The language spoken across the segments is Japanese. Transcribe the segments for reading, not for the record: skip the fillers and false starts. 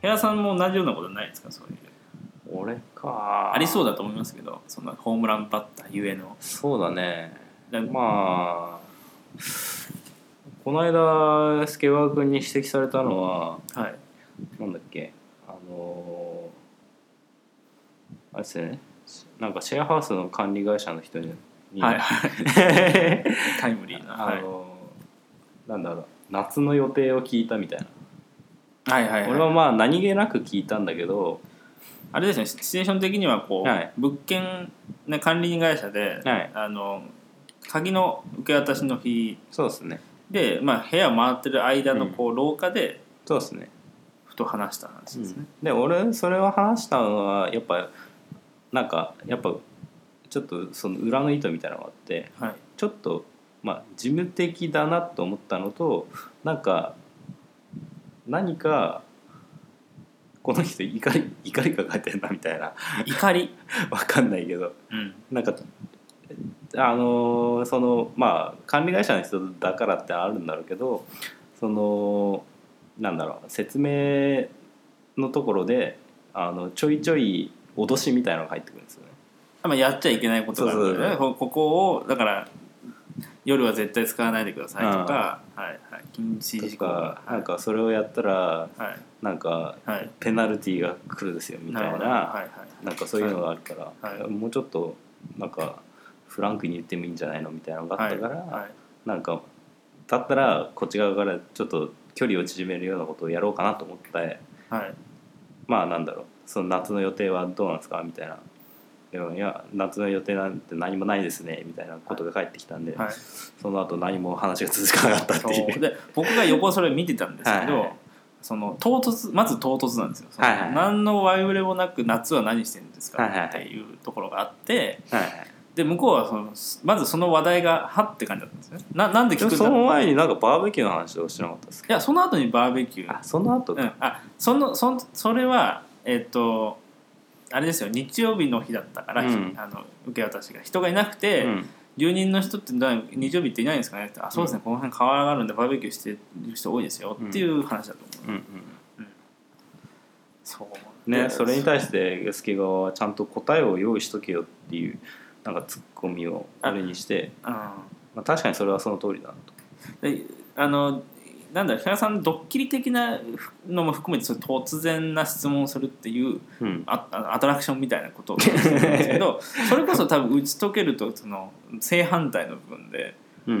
平田さんも同じようなことないですか？そういう俺かありそうだと思いますけど、そのホームランバッターゆえの。 そうだね。 だまあこの間助川君に指摘されたのは、 はい、 なんだっけあれですね、なんかシェアハウスの管理会社の人にはいはいタイムリーな、はい、 なんだろう、夏の予定を聞いたみたいな、 はいはいはい、 俺はまあ何気なく聞いたんだけど、 あれですね、シチュエーション的にはこう、 はい、 物件、ね、管理人会社で、 はい、 鍵の受け渡しの日そうですねで、まあ、部屋を回ってる間のこう、廊下でそうですねふと話した話ですね、 で俺それを話したのはやっぱなんかやっぱちょっとその裏の意図みたいなのがあって、 はい、 ちょっとまあ事務的だなと思ったのと、なんか何かこの人怒り抱えてんなみたいな怒りわかんないけど、 うん、 なんかそのまあ管理会社の人だからってあるんだろうけど、そのなんだろう、説明のところでちょいちょい脅しみたいなのが入ってくるんですよね。 まあ、やっちゃいけないことがあるからね。 そうここをだから夜は絶対使わないでくださいとか、はいはい、禁止事項が、 なんかそれをやったら、 はい、 なんかはいペナルティーが来るですよみたいな、 はいはい、 なんかそういうのがあるから、 はいはい、 もうちょっとなんかフランクに言ってもいいんじゃないのみたいなのがあったから、 はいはい、 なんかだったらこっち側からちょっと距離を縮めるようなことをやろうかなと思って、 はい、 まあなんだろう、その夏の予定はどうなんですかみたいな、いや夏の予定なんて何もないですねみたいなことが返ってきたんで、はい、その後何も話が続かなかったっていう。 そうで僕が横それ見てたんですけど、はいはい、そのまず唐突なんですよ。はいはい、何のわいぶれもなく夏は何してるんですかっていうところがあって、はいはい、で向こうはまずその話題がはって感じだったんですね。なんで聞くんだろう。 その前になんかバーベキューの話をしなかったですか？ いやその後にバーベキュー。 その後か、 それはあれですよ、日曜日の日だったから、受け渡しが人がいなくて、住人の人って日曜日っていないんですかねって、あそうですね、この辺川があるんでバーベキューしてる人多いですよっていう話だと思う。 そうね、それに対して助川はちゃんと答えを用意しとけよっていうなんかツッコミを俺にして、まあ、確かにそれはその通りだなと。 でなんだろう、平田さんドッキリ的なのも含めてそれ突然な質問をするっていう、アトラクションみたいなことをするんですけどそれこそ多分打ち解けるとその正反対の部分で、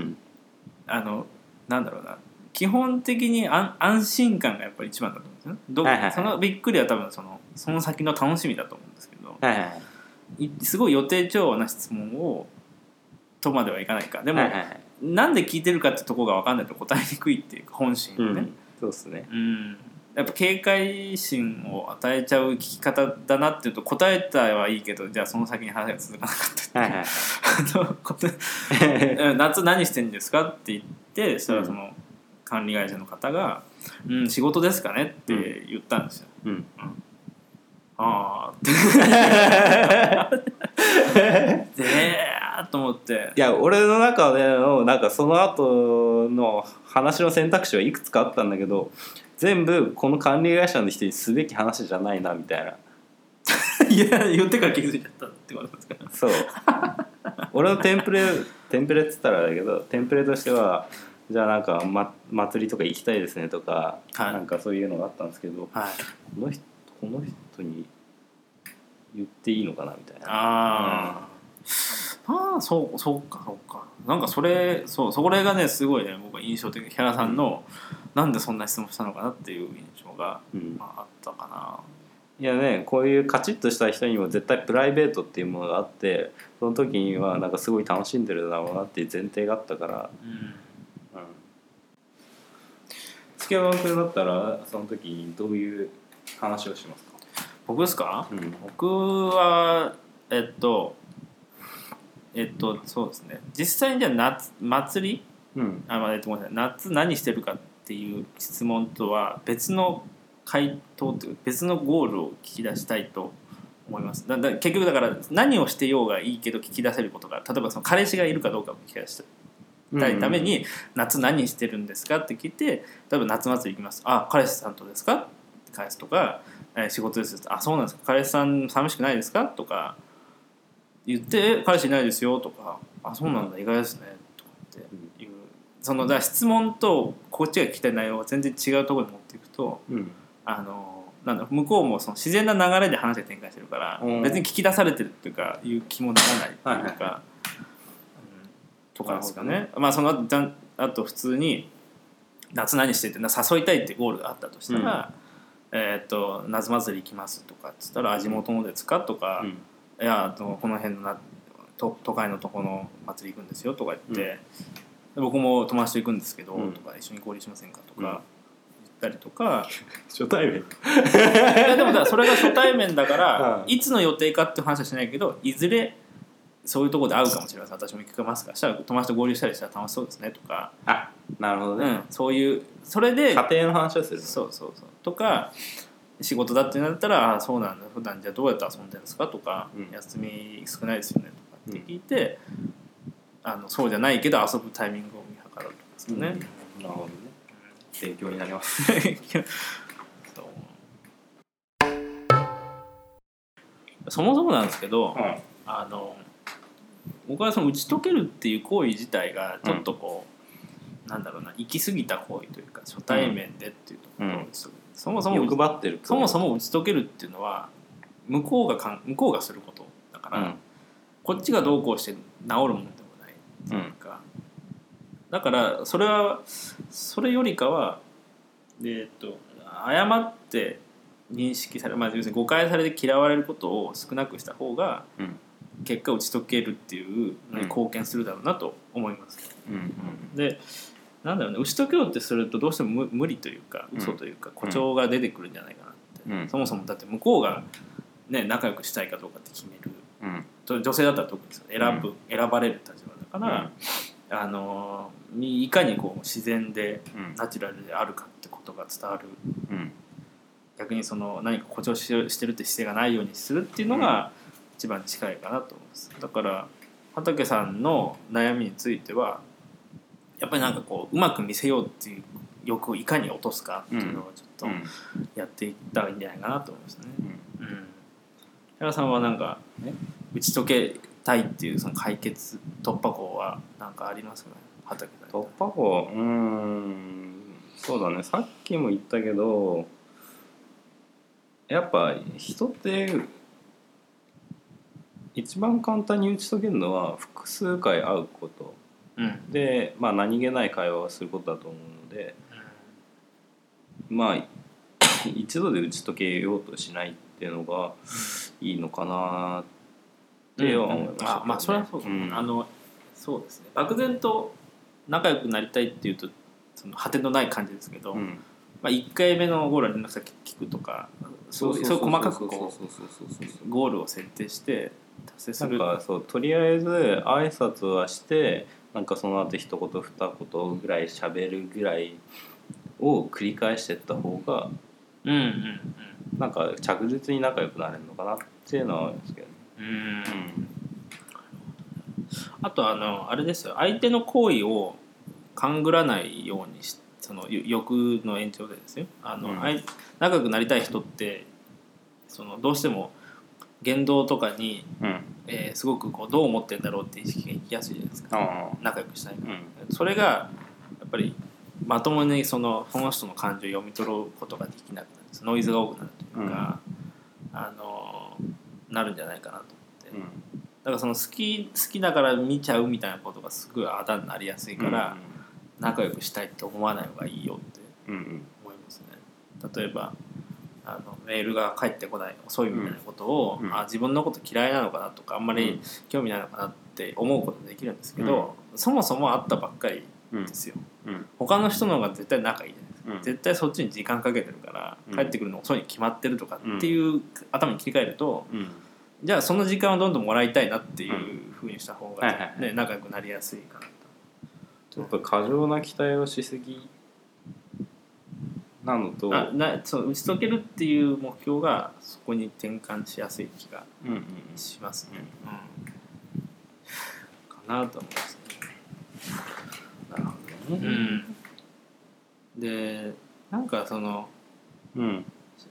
なんだろうな、基本的に安心感がやっぱり一番だと思うんですよね。そのびっくりは多分その先の楽しみだと思うんですけど、すごい予定調和な質問をとまではいかないか。でも、なんで聞いてるかってところが分かんないと答えにくいっていうか、本心をね、 そうですね、 やっぱ警戒心を与えちゃう聞き方だなっていうと、答えたはいいけどじゃあその先に話が続かなかったっていう、夏何してんですかって言って、そしたらその管理会社の方が、仕事ですかねって言ったんですよ。ああと思って、 いや俺の中でのなんかその後の話の選択肢はいくつかあったんだけど、全部この管理会社の人にすべき話じゃないなみたいないや言ってから気づいちゃったってことですか。 そう俺のテンプレっつったらだけど、テンプレとしてはじゃあなんか、祭りとか行きたいですねとか、なんかそういうのがあったんですけど、この人に言っていいのかなみたいな。 そうかなんかそれがねすごいね、僕は印象的で、平田さんの、なんでそんな質問したのかなっていう印象が、あったかな。 いやね、こういうカチッとした人にも絶対プライベートっていうものがあって、その時にはなんかすごい楽しんでるだろうなっていう前提があったから、月山君だったらその時にどういう話をしますか？ 僕ですか？僕はそうですね、実際にじゃあ祭り、夏何してるかっていう質問とは別の回答というか別のゴールを聞き出したいと思います。結局だから何をしてようがいいけど聞き出せることが、例えばその彼氏がいるかどうかを聞き出したいために、夏何してるんですかって聞いて、例えば夏祭り行きます、あ彼氏さんとですかっ返すとか、仕事ですあそうなんですか彼氏さん寂しくないですかとか言って彼氏いないですよとかあそうなんだ意外ですねとかっていう、そのだから質問とこっちが聞きたい内容を全然違うところに持っていくと、なんだ向こうもその自然な流れで話が展開してるから別に聞き出されてるっていうかいう気もならないっていうか、とかですかね。まあそのあと普通に夏何してって誘いたいってゴールがあったとしたら、夏祭り行きますとかっつったら地元のですかとか、いやこの辺の都会のとこの祭り行くんですよとか言って、僕も友達と行くんですけど、とか一緒に交流しませんかとか言ったりとか、 初対面いやでもそれが初対面だから、いつの予定かっていう話はしないけどいずれそういうところで会うかもしれません私も行きますからしたら友達と合流したりしたら楽しそうですねとかなるほどね、 そういうそれで家庭の話をする、 そうとか仕事だってなったらあそうなんだ普段じゃあどうやって遊んでるんですかとか、休み少ないですよねとかって聞いて、そうじゃないけど遊ぶタイミングを見計らうとかですよね、 なるほどね勉強になりますそもそもなんですけど、僕はその打ち解けるっていう行為自体がちょっとこう、なんだろうな行き過ぎた行為というか初対面でっていうところを、そもそも欲張ってるそもそも打ち解けるっていうのは向こうがすることだから、こっちがどうこうして治るものでもないっていうか、だからそれよりかは誤って認識され、要するに誤解されて嫌われることを少なくした方が、結果打ち解けるっていうのに貢献するだろうなと思います。でなんだろうね打ち解けようってするとどうしても無理というか嘘というか誇張が出てくるんじゃないかなって、そもそもだって向こうが、ね、仲良くしたいかどうかって決める、女性だったら特に選ばれる立場だから、いかにこう自然でナチュラルであるかってことが伝わる、逆にその何か誇張してるって姿勢がないようにするっていうのが一番近いかなと思います。だから畠さんの悩みについてはやっぱりなんかこううまく見せようっていう欲をいかに落とすかっていうのをちょっとやっていったらいいんじゃないかなと思いますね。平さんはなんか打ち解けたいっていうその解決突破口は何かありますかね。畠さん突破口そうだねさっきも言ったけどやっぱ人って一番簡単に打ち解けるのは複数回会うこと、で、何気ない会話をすることだと思うので、一度で打ち解けようとしないっていうのがいいのかなっては思いましたけどね。 それはそう、そうですね漠然と仲良くなりたいっていうとその果てのない感じですけど、1回目のゴールは連絡先聞くとかそういう細かくこうゴールを設定して達成する。 なんかそうとりあえず挨拶はしてなんかその後一言二言ぐらい喋るぐらいを繰り返していった方が、なんか着実に仲良くなれるのかなっていうのはあるんですけどね。 あとあれですよ相手の行為を勘ぐらないようにしてその欲の延長でですよ仲良くなりたい人ってそのどうしても言動とかに、すごくこうどう思ってんだろうって意識がいきやすいじゃないですか、仲良くしたいから、それがやっぱりまともにその人の感情を読み取ることができなくなるノイズが多くなるというか、なるんじゃないかなと思って、だからその好きだから見ちゃうみたいなことがすごいあだになりやすいから、仲良くしたいって思わない方がいいよって思いますね。例えばメールが返ってこない遅いみたいなことを、自分のこと嫌いなのかなとかあんまり興味ないのかなって思うことできるんですけど、そもそも会ったばっかりですよ、他の人の方が絶対仲いいじゃないですか、絶対そっちに時間かけてるから、帰ってくるの遅いに決まってるとかっていう頭に切り替えると、じゃあその時間をどんどんもらいたいなっていうふうにした方が、仲良くなりやすいかなと。 ちょっと過剰な期待をしすぎなのとそう打ち解けるっていう目標がそこに転換しやすい気がしますね、かなと思いますね。 なるほどね。 でなんかその、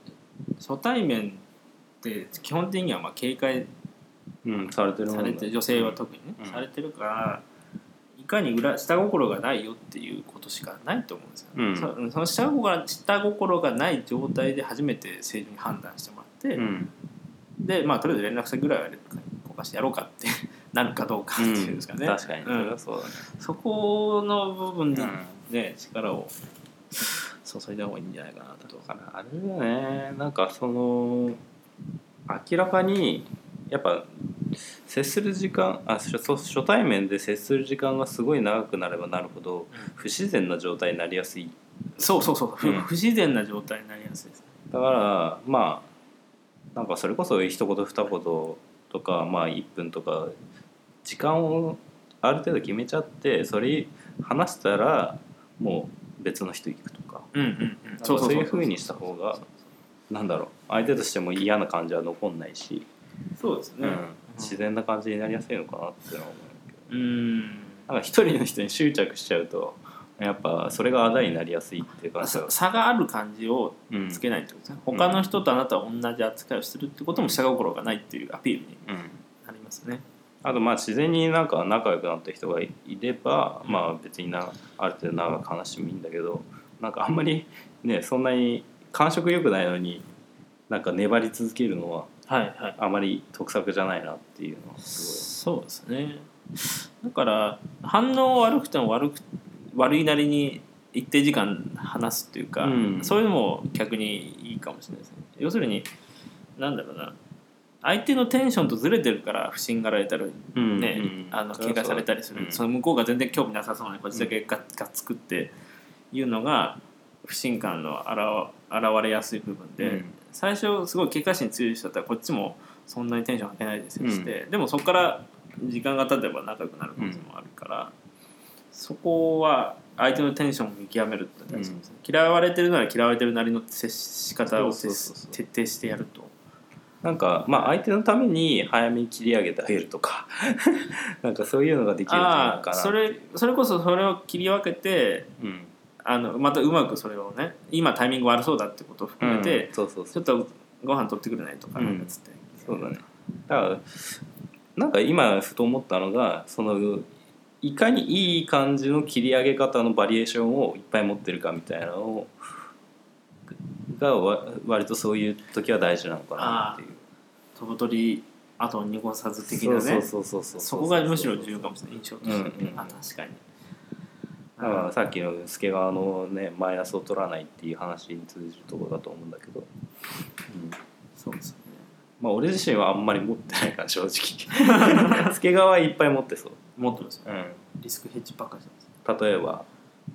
初対面って基本的にはまあ警戒されてる女性は特にね、されてるからいかに下心がないよっていうことしかないと思うんですよ、その下心がない状態で初めて正常に判断してもらって、でまあとりあえず連絡先ぐらいは交換してやろうかってなるかどうかっていうんですかね、 確かにそれはそうだね、 そこの部分にね、力を注いだ方がいいんじゃないかなと。 あれだね、なんかその明らかにやっぱ接する時間初対面で接する時間がすごい長くなればなるほど不自然な状態になりやすい。 そう、不自然な状態になりやすいです。 だからまあなんかそれこそ一言二言とかまあ1分とか時間をある程度決めちゃってそれ話したらもう別の人行くとか、そういう風にした方がなんだろう、相手としても嫌な感じは残んないし、 そうですね、 自然な感じになりやすいのかなっていうのは思うけど、なんか一人の人に執着しちゃうとやっぱそれがあだになりやすいっていうか、 差がある感じをつけないってことですね、他の人とあなたは同じ扱いをするってことも下心がないっていうアピールになりますね。 あとまあ自然になんか仲良くなった人がいれば、まあ別にある程度長く話してもいいんだけど、なんかあんまりねそんなに感触良くないのになんか粘り続けるのはあまり得策じゃないなっていうのはすごい。そうですね。だから反応悪くても悪いなりに一定時間話すっていうか、そういうのも逆にいいかもしれないですね。要するになんだろうな、相手のテンションとずれてるから不信がられたりね、警戒されたりする、その向こうが全然興味なさそうなのにこっちだけがっつくっていうのが不信感の現れやすい部分で、最初すごい警戒心強い人だったらこっちもそんなにテンション上げないですよして、でもそこから時間が経てば仲良くなることもあるから、そこは相手のテンションを見極めるって大事ですね。嫌われてるなら嫌われてるなりの接し方を徹底してやると。 なんかまあ相手のために早めに切り上げてあげるとかなんかそういうのができるといいのかな。 それこそそれを切り分けて、またうまくそれをね、今タイミング悪そうだってことを含めて、ちょっとご飯取ってくれないとかなんかつって、 そうだね。だからなんか今ふと思ったのが、そのいかにいい感じの切り上げ方のバリエーションをいっぱい持ってるかみたいなのが割とそういう時は大事なのかなっていう。 飛ぶ鳥あと濁さず的なね。そこがむしろ重要かもしれない、印象として。確かに。 だからさっきの助川のねマイナスを取らないっていう話に通じるところだと思うんだけど、 そうですね。 まあ俺自身はあんまり持ってないから正直。助川はいっぱい持ってそう。 持ってますね。リスクヘッジばっかりしてます。例えば。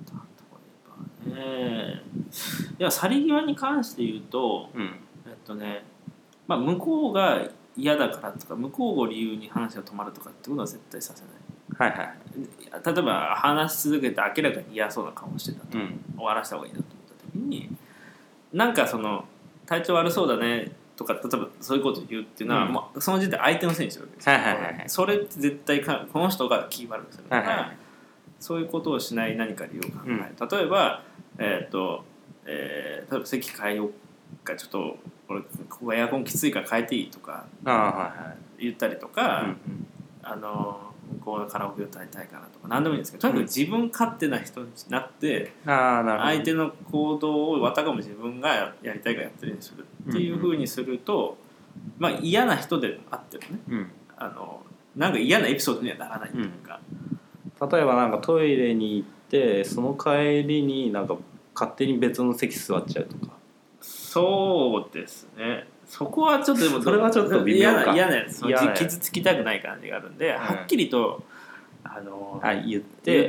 いや去り際に関して言うと、まあ向こうが嫌だからとか向こうを理由に話が止まるとかってことは絶対させない。例えば話し続けて明らかに嫌そうな顔をしてたと、終わらせた方がいいなと思った時に、なんかその体調悪そうだねとか例えばそういうことを言うっていうのは、まあ、その時点で相手のせいにするわけですよ。それって絶対この人が気悪いですよね。そういうことをしない何か理由を考える。例えば例えば席変えようか、ちょっと俺ここがエアコンきついから変えていいとか言ったりとか、向こうのカラオケ歌いたいかなとか何でもいいんですけど、とにかく自分勝手な人になって、相手の行動をわたかも自分がやりたいからやってるようにするっていう風にすると、まあ嫌な人であってもね、なんか嫌なエピソードにはならないというか、 例えばなんかトイレに行ってその帰りになんか勝手に別の席座っちゃうとか。 そうですね。そこはちょっとでもそれはちょっと微妙か。 嫌なやつ。傷つきたくない感じがあるんで、はっきりと言って、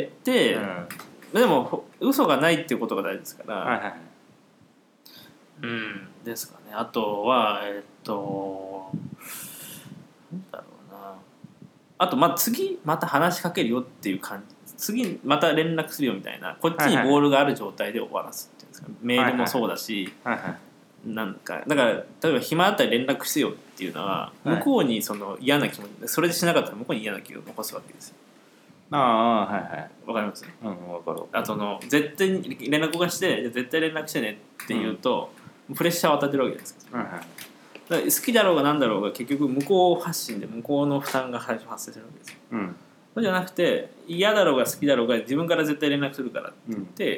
でも嘘がないっていうことが大事ですから。ですかね。あとはなんだろうな。あと次また話しかけるよっていう感じ。次また連絡するよみたいな、こっちにボールがある状態で終わらすっていうんですか、メールもそうだし、なんかだから例えば暇あったら連絡してよっていうのは向こうにその嫌な気持ち、それでしなかったら向こうに嫌な気を残すわけですよ。わかります。 わかる。 あと絶対に連絡がして絶対連絡してねって言うと、 プレッシャーを与えてるわけですから、だから好きだろうがなんだろうが結局向こう発信で向こうの負担が最初発生するわけですよ、そうじゃなくて嫌だろうが好きだろうが自分から絶対連絡するからって言って、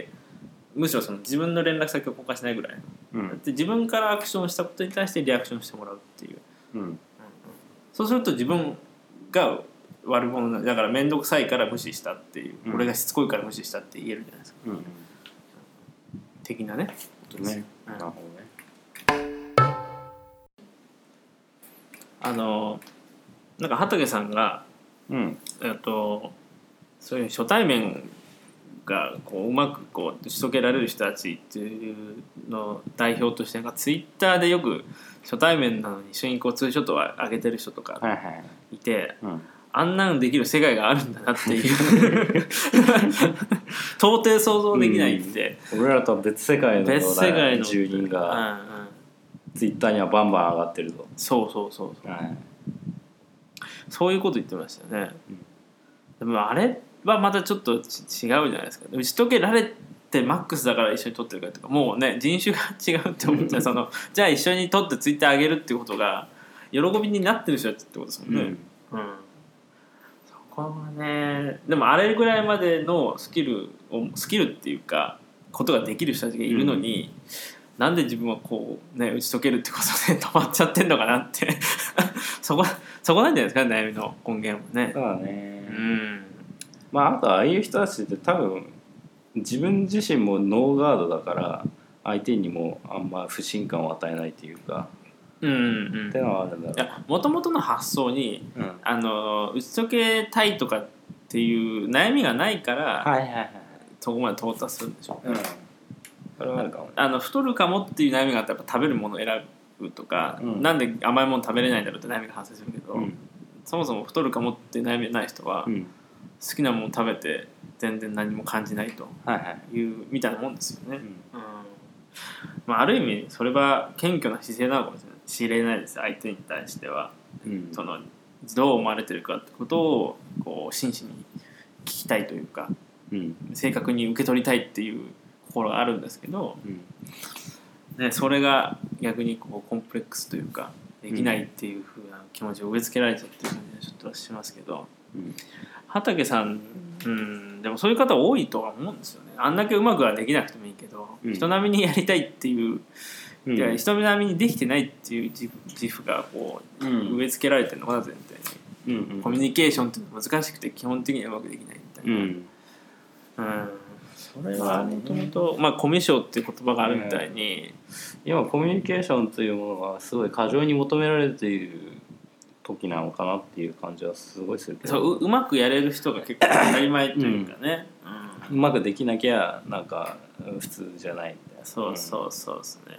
むしろその自分の連絡先を交換しないぐらい、で自分からアクションしたことに対してリアクションしてもらうっていう、そうすると自分が悪者だから面倒くさいから無視したっていう、俺がしつこいから無視したって言えるじゃないですか、的なねことですよ、なるほどね。なんか畠さんが、そういう初対面がこううまくこう打ち解けられる人たちっていうの代表としてなんかツイッターでよく初対面なのに一緒にこうツーショットを上げてる人とかいて、あんなのできる世界があるんだなっていう到底想像できないんで、 俺らとは別世界の住人がツイッターにはバンバン上がってると。 そう、そういうこと言ってましたよね、でもあれはまたちょっと違うじゃないですか。打ち解けられてマックスだから一緒に撮ってるかとか、もうね人種が違うって思っちゃうそのじゃあ一緒に撮ってツイッター上げるっていうことが喜びになってる人ってことですもんね、そこはね。でもあれぐらいまでのスキルっていうかことができる人たちがいるのに、なんで自分はこうね打ち解けるってことで止まっちゃってんのかなってそこなんじゃないですか、悩みの根源もね。 そうだね、まああとああいう人たちって多分自分自身もノーガードだから相手にもあんま不信感を与えないっていうか、ってのはあるんだろう。いや元々の発想に、打ち解けたいとかっていう悩みがないから、そこまで到達するんでしょうね、それはあるかも、太るかもっていう悩みがあったらやっぱ食べるものを選ぶとか、なんで甘いもの食べれないんだろうって悩みが発生するけど、そもそも太るかもって悩みない人は、好きなもの食べて全然何も感じないという、みたいなもんですよね、まあ、ある意味それは謙虚な姿勢なのかもしれないです。相手に対しては、そのどう思われてるかってことをこう真摯に聞きたいというか、正確に受け取りたいっていう心があるんですけど、それが逆にこうコンプレックスというかできないっていう風な気持ちを植え付けられちゃってる感じがちょっとしますけど、畠さん、でもそういう方多いとは思うんですよね。あんだけうまくはできなくてもいいけど、人並みにやりたいっていう、人並みにできてないっていう自負がこう、植え付けられてるのかな全体に、コミュニケーションっていうのは難しくて基本的にはうまくできないみたいな、それはもともとコミュ障っていう言葉があるみたいに、 今コミュニケーションというものがすごい過剰に求められている時なのかなっていう感じはすごいするけど、 うまくやれる人が結構当たり前というかね、 うまくできなきゃなんか普通じゃないみたいな。 そうですね、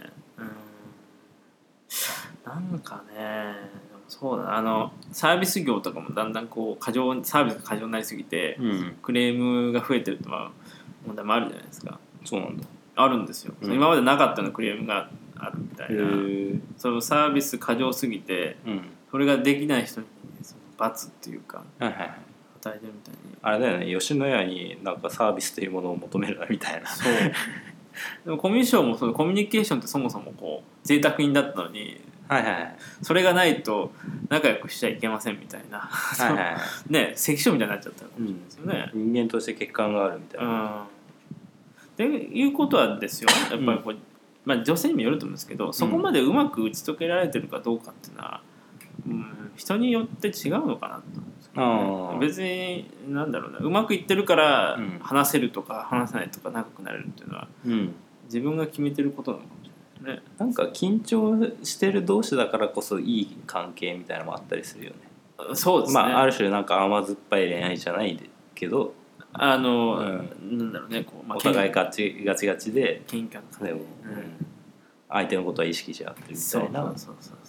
なんかね、そうだ、サービス業とかもだんだんこうサービスが過剰になりすぎて、クレームが増えてると問題もあるじゃないですか。 そうなんだ。 あるんですよ、今までなかったのクレームがあるみたいな。そのサービス過剰すぎて、それができない人にその罰っていうか、与えてるみたいに。 あれだよね、吉野家になんかサービスというものを求めるなみたいな。 そうでもコミュ障もそのコミュニケーションってそもそもこう贅沢品だったのに、それがないと仲良くしちゃいけませんみたいな、ね、関所みたいになっちゃったかもしれないですよね、 人間として欠陥があるみたいな、 っていうことはですよ、やっぱりこう、女性にもよると思うんですけど、そこまでうまく打ち解けられてるかどうかっていうのは、人によって違うのかなと思うんですけど、ね、別になんだろうな、うまくいってるから話せるとか話せないとか長くなれるっていうのは、自分が決めてることなのかもしれないですね。 なんか緊張してる同士だからこそいい関係みたいなのもあったりするよね。 そうですね。 ある種なんか甘酸っぱい恋愛じゃないけど、 なんだろうね、こう、 お互いガチで喧嘩の感じで、 相手のことは意識し合ってるみたいな。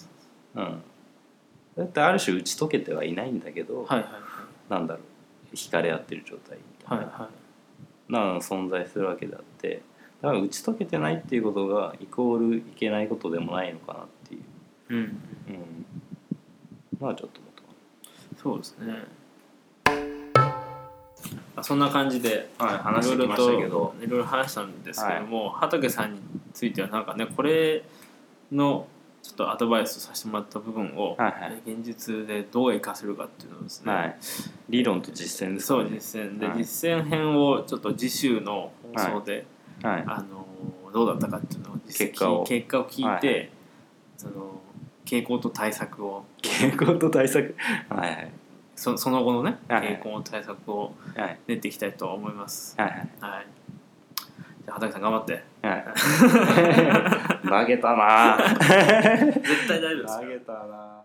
だってある種打ち解けてはいないんだけど、なんだろう、惹かれ合ってる状態みたいな存在するわけであって、だから打ち解けてないっていうことがイコールいけないことでもないのかなっていう、まあちょっと思った。 そうですね。そんな感じで、 話してきましたけど、 いろいろ話したんですけども、畠さんについてはなんかねこれのちょっとアドバイスさせてもらった部分を、現実でどう活かせるかっていうのをですね、 理論と実践ですね。 そう実践で、実践編をちょっと次週の放送で、どうだったかっていうのを結果を聞いて、その傾向と対策をその後のね傾向の対策を練っていきたいと思います。じゃあ畑さん頑張って。 投げたな。 絶対大丈夫ですよ。 投げたな。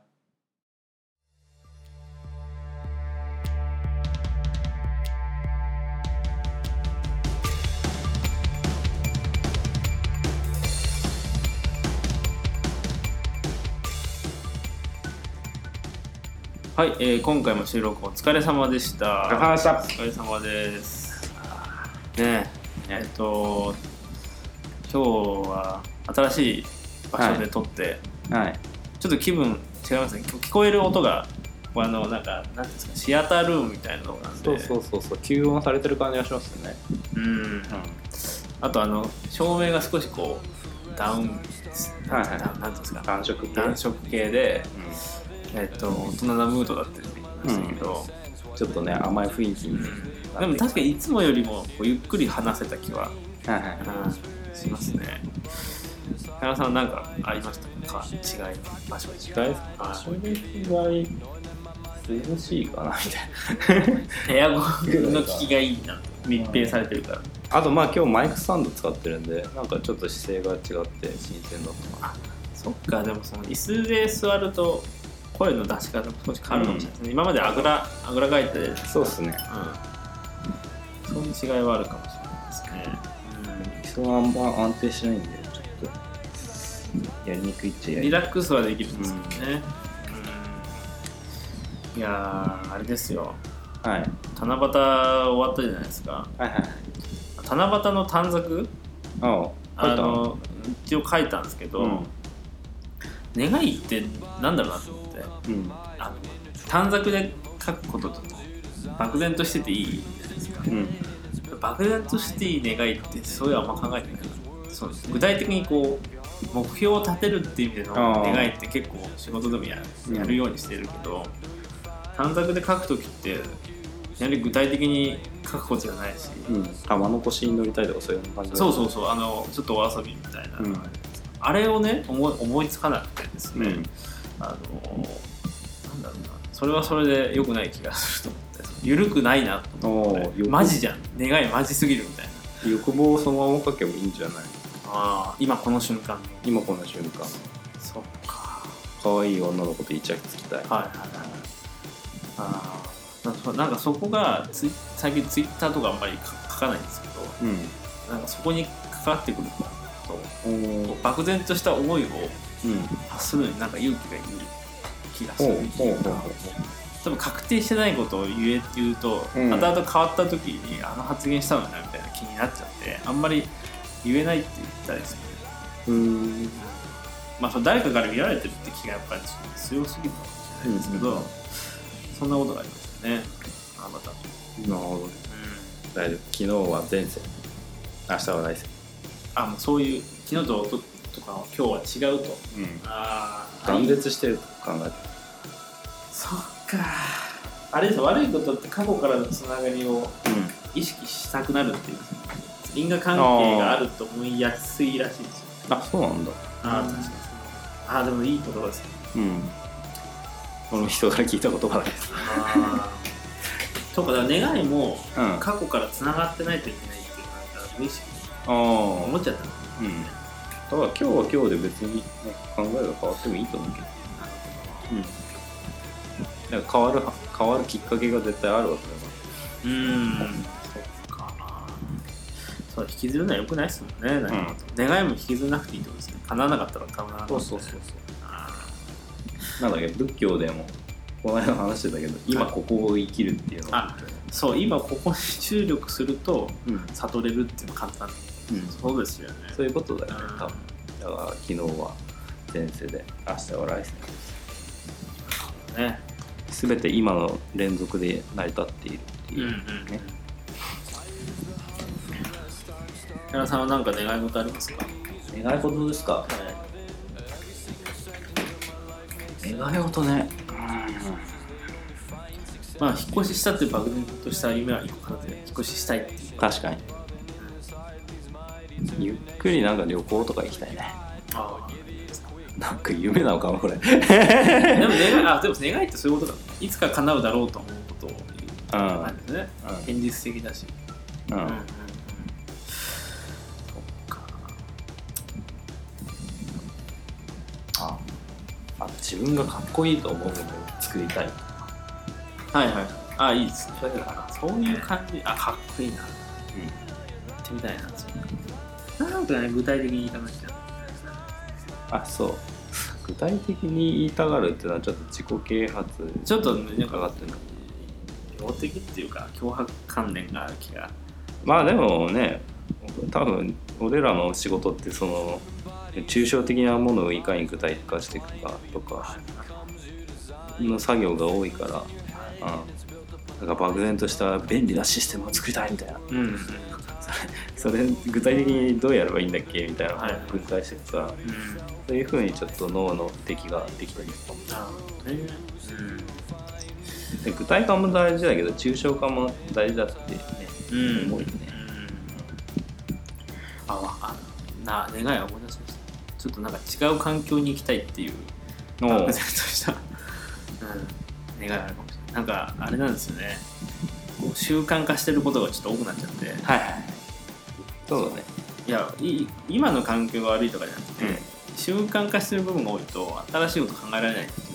はい、今回も収録お疲れ様でした。 お疲れ様です。ねえ、今日は新しい場所で撮って、ちょっと気分違いますね。聞こえる音がなんかなんていうんですか、シアタールームみたいなのなんで、 そう吸音されてる感じがしますよね。 あと照明が少しこうダウン、なんていうんですか、暖色系で。大人なムードだって言いましたけど、 ちょっとね甘い雰囲気に、 でも確かにいつもよりもこうゆっくり話せた気は、しますね。田中さん何かありましたか？違い場所ですか？場所で違い涼しいかなみたいな。 エアコンの効きがいいな、密閉されてるから。 あと今日マイクスタンド使ってるんでなんかちょっと姿勢が違って新鮮だったな。 そっか、でもその椅子で座ると声の出し方も少し変わるかもしれないですね。今まであぐらかいて、 そうですね。 そういう違いはあるかもしれないですね。 椅子はあんま安定しないんでちょっとやりにくいっちゃリラックスはできるんですけどね。いやあれですよ。七夕終わったじゃないですか。七夕の短冊一応書いたんですけど、願いってなんだろうなと思って、短冊で書くことと漠然としてていいじゃないですか。漠然としていい願いってそういうあんま考えてない。具体的にこう目標を立てるっていう意味での願いって結構仕事でもやるようにしてるけど、短冊で書くときってやはり具体的に書くことじゃないし、 玉の腰に乗りたいとかそういう感じで、 そうちょっとお遊びみたいな、あれをね思いつかなくてですね、なんだろうな、それはそれで良くない気がすると思って、緩くないなと思って、マジじゃん、願いマジすぎるみたいな。欲望をそのまま書けばいいんじゃない？ 今この瞬間。 そっか。可愛い女の子とイチャつきたい。 なんかそこが最近ツイッターとかあんまり書かないんですけど、なんかそこにかかってくると漠然とした思いを発するのになんか勇気がいる気がする。多分確定してないことを言うと、後々変わった時に発言したのねみたいな気になっちゃって、あんまり言えないって言ったりする。誰かから見られてるって気がやっぱり強すぎるかもしれないですけど、そんなことがありましたね。また。 なるほど。大丈夫。昨日は前世、明日は来世。 もうそういう昨日とか今日は違うと。 断絶してると考えてる。 そっか。あれですよ、悪いことって過去からのつながりを意識したくなるっていう、因果関係があると思いやすいらしいですよ。 そうなんだ。 確かに。でもいい言葉ですね。 この人から聞いた言葉です。 そうか、だから願いも過去からつながってないといけないっていうのが無意識に思っちゃったの。 だから今日は今日で別に考えが変わってもいいと思うけど。だから変わるきっかけが絶対あるわけだから。 そっか。そう、引きずるのは良くないですもんね。願いも引きずらなくていいってことですね。叶わなかったら叶わなかった。 そう。なんだっけ、仏教でもこの間話してたけど、今ここを生きるっていうのは、 そう、今ここに注力すると悟れるっていうのは簡単。そうですよね。 そういうことだよね、多分。だから昨日は前世で、明日は来世です。全て今の連続で成り立っているっていうね。 寺さんは何か願い事ありますか？ 願い事ですか、はい、願い事ね、 まあ引っ越ししたっていう漠然とした夢は一個かなって、引っ越ししたいっていう。 確かに、ゆっくりなんか旅行とか行きたいね。ああ、なんか夢なのかなこれ。でも願いってそういうことだ。いつか叶うだろうと思うことを言う感じですね。現実的だし。そっか。 あ、自分がかっこいいと思うものを作りたい。 はいはい。あ、いいですね。そういう感じ。あ、かっこいいな。やってみたいな。なんかね、具体的に言いたがっちゃう。 あ、そう。具体的に言いたがるっていうのはちょっと自己啓発ちょっとね、かかってるの。標的っていうか脅迫観念がある気が。 まあでもね、多分俺らの仕事ってその抽象的なものをいかに具体化していくかとかの作業が多いから、なんか漠然とした便利なシステムを作りたいみたいな、それ具体的にどうやればいいんだっけみたいなのを分解していくから、そういう風にちょっと脳の敵ができたりとか、で具体化も大事だけど抽象化も大事だってね、思うよね。 願いは思い出しました。ちょっとなんか違う環境に行きたいっていう漠然とした、願いあるかもしれない。なんかあれなんですよね、こう習慣化してることがちょっと多くなっちゃって、 そうだね。 いや今の環境が悪いとかじゃなくて、習慣化してる部分が多いと新しいこと考えられないっていう、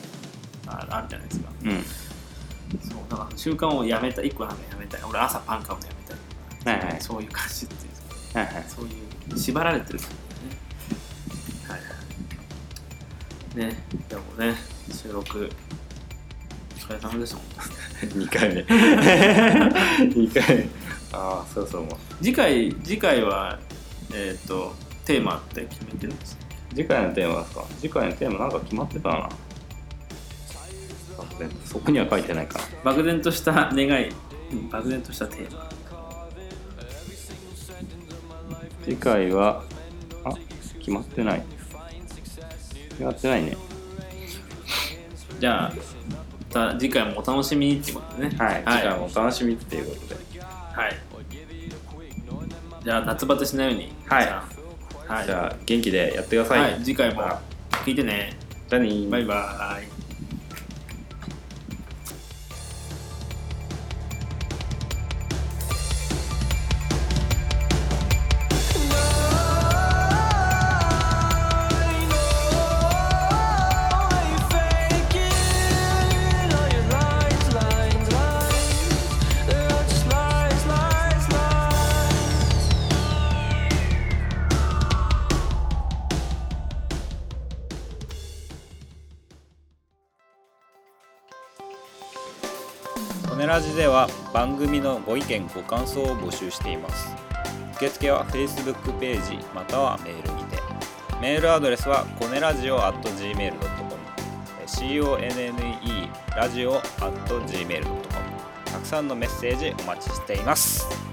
あるじゃないですか。そうだから習慣をやめたい、1個やめたい、俺朝パン買うのやめたい、そういう感じっていう、そういう縛られてる感じね。でもね、収録お疲れ様でした。 2回目2回目ああ、そろそろもう次回はテーマって決めてるんですか？ 次回のテーマですか？次回のテーマなんか決まってたな。そこには書いてないかな。 漠然とした願い、漠然としたテーマ。 次回は決まってない。決まってないね。 じゃあ次回もお楽しみにっていうことでね。 はい、次回もお楽しみっていうことで。 はい。じゃあ夏バテしないように。 じゃあ元気でやってください。 次回も聞いてね。 じゃあねー。 バイバイ。 コネラジでは番組のご意見ご感想を募集しています。受付は Facebook ページまたはメールにて。メールアドレスはkoneradio@gmail.com konne radio@gmail.com。たくさんのメッセージお待ちしています。